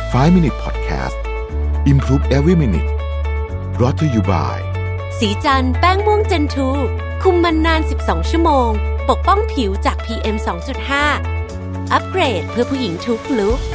5 Minute Podcast Improve Every Minute brought to you by สีจันแป้งม่วงเจนทูคุมมันนาน12ชั่วโมงปกป้องผิวจาก PM 2.5 อัปเกรดเพื่อผู้หญิงทุกลุค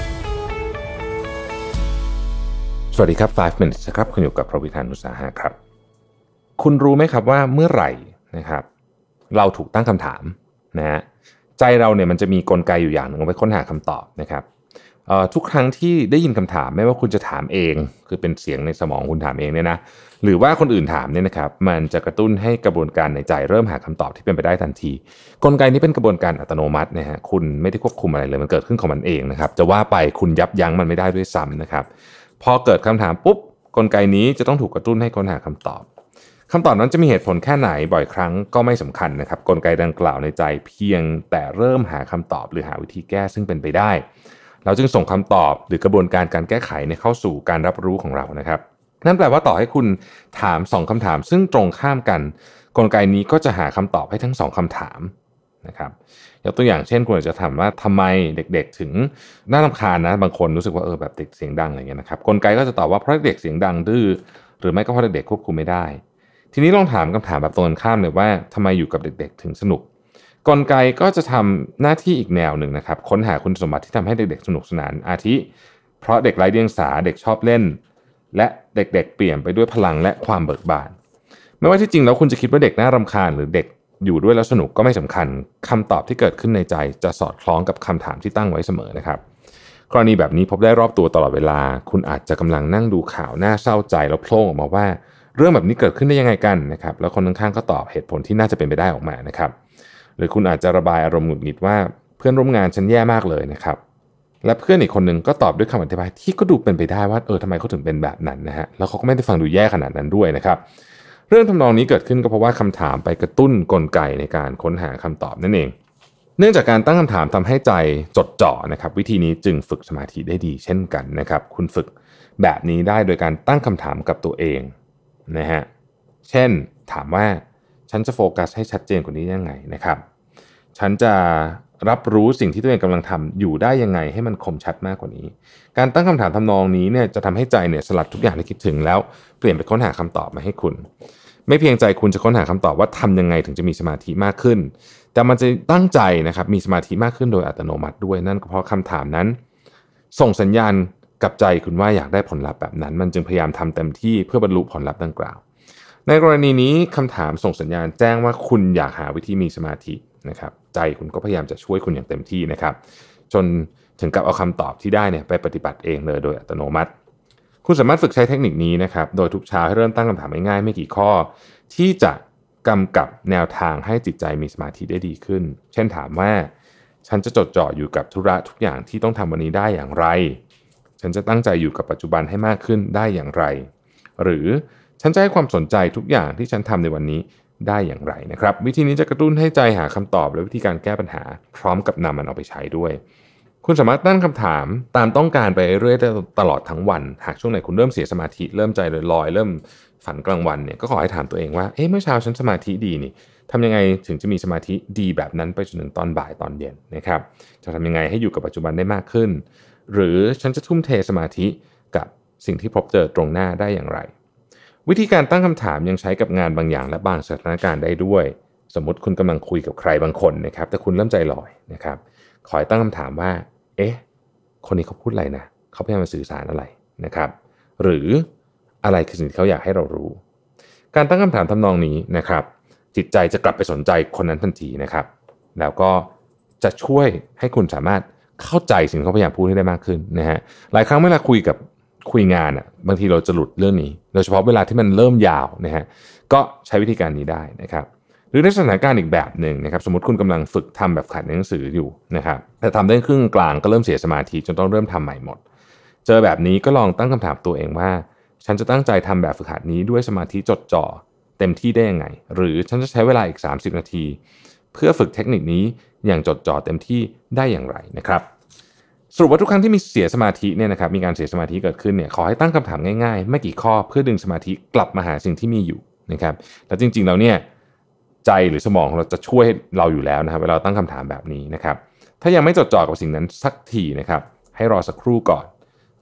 สวัสดีครับ5 minutes ครับคุณอยู่กับประวิธานอุตสาหะครับคุณรู้ไหมครับว่าเมื่อไหร่นะครับเราถูกตั้งคำถามนะฮะใจเราเนี่ยมันจะมีกลไกอยู่อย่างหนึ่งเอาไว้ค้นหาคำตอบนะครับทุกครั้งที่ได้ยินคำถามไม่ว่าคุณจะถามเองคือเป็นเสียงในสมองคุณถามเองเนี่ยนะหรือว่าคนอื่นถามเนี่ยนะครับมันจะกระตุ้นให้กระบวนการในใจเริ่มหาคำตอบที่เป็นไปได้ทันทีกลไกนี้เป็นกระบวนการอัตโนมัตินะฮะคุณไม่ได้ควบคุมอะไรเลยมันเกิดขึ้นของมันเองนะครับจะว่าไปคุณยับยั้งมันไม่ได้ด้วยซ้ำนะครับพอเกิดคำถามปุ๊บกลไกนี้จะต้องถูกกระตุ้นให้ค้นหาคำตอบนั้นจะมีเหตุผลแค่ไหนบ่อยครั้งก็ไม่สำคัญนะครับกลไกดังกล่าวในใจเพียงแต่เริ่มหาคำตอบหรือหาวิธีแก้ซึ่งเป็นไปได้เราจึงส่งคำตอบหรือกระบวนการการแก้ไขเข้าสู่การรับรู้ของเรานะครับนั่นแปลว่าต่อให้คุณถาม2คำถามซึ่งตรงข้ามกันกลไกนี้ก็จะหาคำตอบให้ทั้ง2คำถามนะครับยกตัวอย่างเช่นคุณอาจจะถามว่าทำไมเด็กๆถึงน่ารำคาญนะบางคนรู้สึกว่าแบบเด็กเสียงดังอะไรเงี้ยนะครับกลไกก็จะตอบว่าเพราะเด็กเสียงดังดื้อหรือไม่ก็เพราะเด็กควบคุมไม่ได้ทีนี้ลองถามคำถามแบบตรงกันข้ามเลยว่าทำไมอยู่กับเด็กๆถึงสนุกกลไกก็จะทำหน้าที่อีกแนวหนึ่งนะครับค้นหาคุณสมบัติที่ทำให้เด็กๆสนุกสนานอาทิเพราะเด็กไร้เดียงสาเด็กชอบเล่นและเด็กๆเปลี่ยนไปด้วยพลังและความเบิกบานไม่ว่าที่จริงแล้วคุณจะคิดว่าเด็กน่ารำคาญหรือเด็กอยู่ด้วยแล้วสนุกก็ไม่สำคัญคำตอบที่เกิดขึ้นในใจจะสอดคล้องกับคำถามที่ตั้งไว้เสมอนะครับกรณีแบบนี้พบได้รอบตัวตลอดเวลาคุณอาจจะกำลังนั่งดูข่าวน่าเศร้าใจแล้วโผล่ออกมาว่าเรื่องแบบนี้เกิดขึ้นได้ยังไงกันนะครับแล้วคนข้างๆก็ตอบเหตุผลที่น่าจะเป็นไปได้ออกมานะครับหรือคุณอาจจะระบายอารมณ์หงุดหงิดว่าเพื่อนร่วมงานฉันแย่มากเลยนะครับและเพื่อนอีกคนนึงก็ตอบด้วยคำอธิบายที่ก็ดูเป็นไปได้ว่าทำไมเขาถึงเป็นแบบนั้นนะฮะแล้วเขาก็ไม่ได้ฟังดูแย่ขนาดนั้นด้วยนะครับเรื่องทำนองนี้เกิดขึ้นก็เพราะว่าคำถามไปกระตุ้นกลไกในการค้นหาคำตอบนั่นเองเนื่องจากการตั้งคำถามทำให้ใจจดจ่อนะครับวิธีนี้จึงฝึกสมาธิได้ดีเช่นกันนะครับคุณฝึกแบบนี้ได้โดยการตั้งคำถามกับตัวเองนะฮะเช่นถามว่าฉันจะโฟกัสให้ชัดเจนกว่านี้ยังไงนะครับฉันจะรับรู้สิ่งที่ตัวเองกำลังทำอยู่ได้ยังไงให้มันคมชัดมากกว่านี้การตั้งคำถามทำนองนี้เนี่ยจะทำให้ใจเนี่ยสลัดทุกอย่างที่คิดถึงแล้วเปลี่ยนไปค้นหาคำตอบมาให้คุณไม่เพียงใจคุณจะค้นหาคำตอบว่าทำยังไงถึงจะมีสมาธิมากขึ้นแต่มันจะตั้งใจนะครับมีสมาธิมากขึ้นโดยอัตโนมัติด้วยนั่นก็เพราะคำถามนั้นส่งสัญญาณกับใจคุณว่าอยากได้ผลลัพธ์แบบนั้นมันจึงพยายามทำเต็มที่เพื่อบรรลุผลลัพธ์ดังกล่าวในกรณีนี้คำถามส่งสัญญาณแจ้งว่าคุณอยากหาวิธีมีสมาธินะครับใจคุณก็พยายามจะช่วยคุณอย่างเต็มที่นะครับจนถึงกับเอาคำตอบที่ได้เนี่ยไปปฏิบัติเองเลยโดยอัตโนมัติคุณสามารถฝึกใช้เทคนิคนี้นะครับโดยทุกเช้าให้เริ่มตั้งคำถามง่ายๆไม่กี่ข้อที่จะกำกับแนวทางให้จิตใจมีสมาธิได้ดีขึ้นเช่นถามว่าฉันจะจดจ่ออยู่กับธุระทุกอย่างที่ต้องทำวันนี้ได้อย่างไรฉันจะตั้งใจอยู่กับปัจจุบันให้มากขึ้นได้อย่างไรหรือฉันจะให้ความสนใจทุกอย่างที่ฉันทำในวันนี้ได้อย่างไรนะครับวิธีนี้จะกระตุ้นให้ใจหาคำตอบและวิธีการแก้ปัญหาพร้อมกับนำมันเอาไปใช้ด้วยคุณสามารถตั้งคำถามตามต้องการไปเรื่อยๆตลอดทั้งวันหากช่วงไหนคุณเริ่มเสียสมาธิเริ่มใจลอยๆเริ่มฝันกลางวันเนี่ยก็ขอให้ถามตัวเองว่าเมื่อเช้าฉันสมาธิดีนี่ทำยังไงถึงจะมีสมาธิดีแบบนั้นไปจนถึงตอนบ่ายตอนเย็นนะครับจะทำยังไงให้อยู่กับปัจจุบันได้มากขึ้นหรือฉันจะทุ่มเทสมาธิกับสิ่งที่พบเจอตรงหน้าได้อย่างไรวิธีการตั้งคำถามยังใช้กับงานบางอย่างและบางสถานการณ์ได้ด้วยสมมุติคุณกำลังคุยกับใครบางคนนะครับแต่คุณเริ่มใจลอยนะครับขอให้ตั้งคำถามว่าคนนี้เขาพูดอะไรนะเขาพยายามมาสื่อสารอะไรนะครับหรืออะไรคือสิ่งที่เขาอยากให้เรารู้การตั้งคำถามทำนองนี้นะครับจิตใจจะกลับไปสนใจคนนั้นทันทีนะครับแล้วก็จะช่วยให้คุณสามารถเข้าใจสิ่งที่เขาพยายามพูดให้ได้มากขึ้นนะฮะหลายครั้งเวลาคุยงานบางทีเราจะหลุดเรื่องนี้โดยเฉพาะเวลาที่มันเริ่มยาวนะฮะก็ใช้วิธีการนี้ได้นะครับหรือในสถานการณ์อีกแบบหนึ่งนะครับสมมติคุณกำลังฝึกทำแบบขัดในหนังสืออยู่นะครับแต่ทำได้ครึ่งกลางก็เริ่มเสียสมาธิจนต้องเริ่มทำใหม่หมดเจอแบบนี้ก็ลองตั้งคำถามตัวเองว่าฉันจะตั้งใจทำแบบฝึกหัดนี้ด้วยสมาธิจดจ่อเต็มที่ได้ยังไงหรือฉันจะใช้เวลาอีก30นาทีเพื่อฝึกเทคนิคนี้อย่างจดจ่อเต็มที่ได้อย่างไรนะครับสรุปว่าทุกครั้งที่มีเสียสมาธิเนี่ยนะครับมีการเสียสมาธิเกิดขึ้นเนี่ยขอให้ตั้งคำถามง่ายๆไม่กี่ข้อเพื่อดึงสมาธิกลับมาหาสิ่งที่มีอยู่นะครับแล้วจริงๆแล้วเนี่ยใจหรือสมองของเราจะช่วยเราอยู่แล้วนะครับเวลาตั้งคำถามแบบนี้นะครับถ้ายังไม่จดจ่อกับสิ่งนั้นสักทีนะครับให้รอสักครู่ก่อน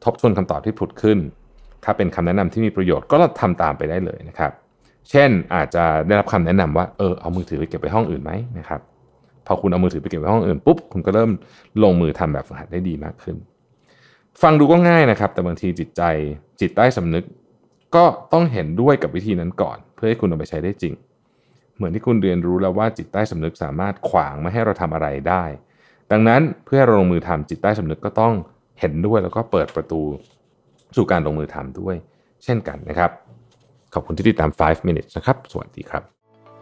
ทบทวนคำตอบที่ผุดขึ้นถ้าเป็นคำแนะนำที่มีประโยชน์ก็ทำตามไปได้เลยนะครับเช่นอาจจะได้รับคำแนะนำว่าเอามือถือไปเก็บไว้ห้องอื่นไหมนะครับพอคุณเอามือถือไปเก็บไว้ห้องอื่นปุ๊บคุณก็เริ่มลงมือทำแบบฝึกหัดได้ดีมากขึ้นฟังดูก็ง่ายนะครับแต่บางทีจิตใต้สำนึกก็ต้องเห็นด้วยกับวิธีนั้นก่อนเพื่อให้คุณเอาไปใช้ได้จริงเหมือนที่คุณเรียนรู้แล้วว่าจิตใต้สำนึกสามารถขวางไม่ให้เราทำอะไรได้ดังนั้นเพื่อเราลงมือทำจิตใต้สำนึกก็ต้องเห็นด้วยแล้วก็เปิดประตูสู่การลงมือทำด้วยเช่นกันนะครับขอบคุณที่ติดตาม5 minutes นะครับสวัสดีครับ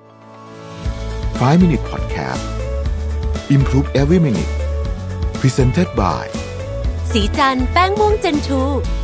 5 minute podcast Improve every minute Presented by สีจันทร์แป้งม่วงเจนทู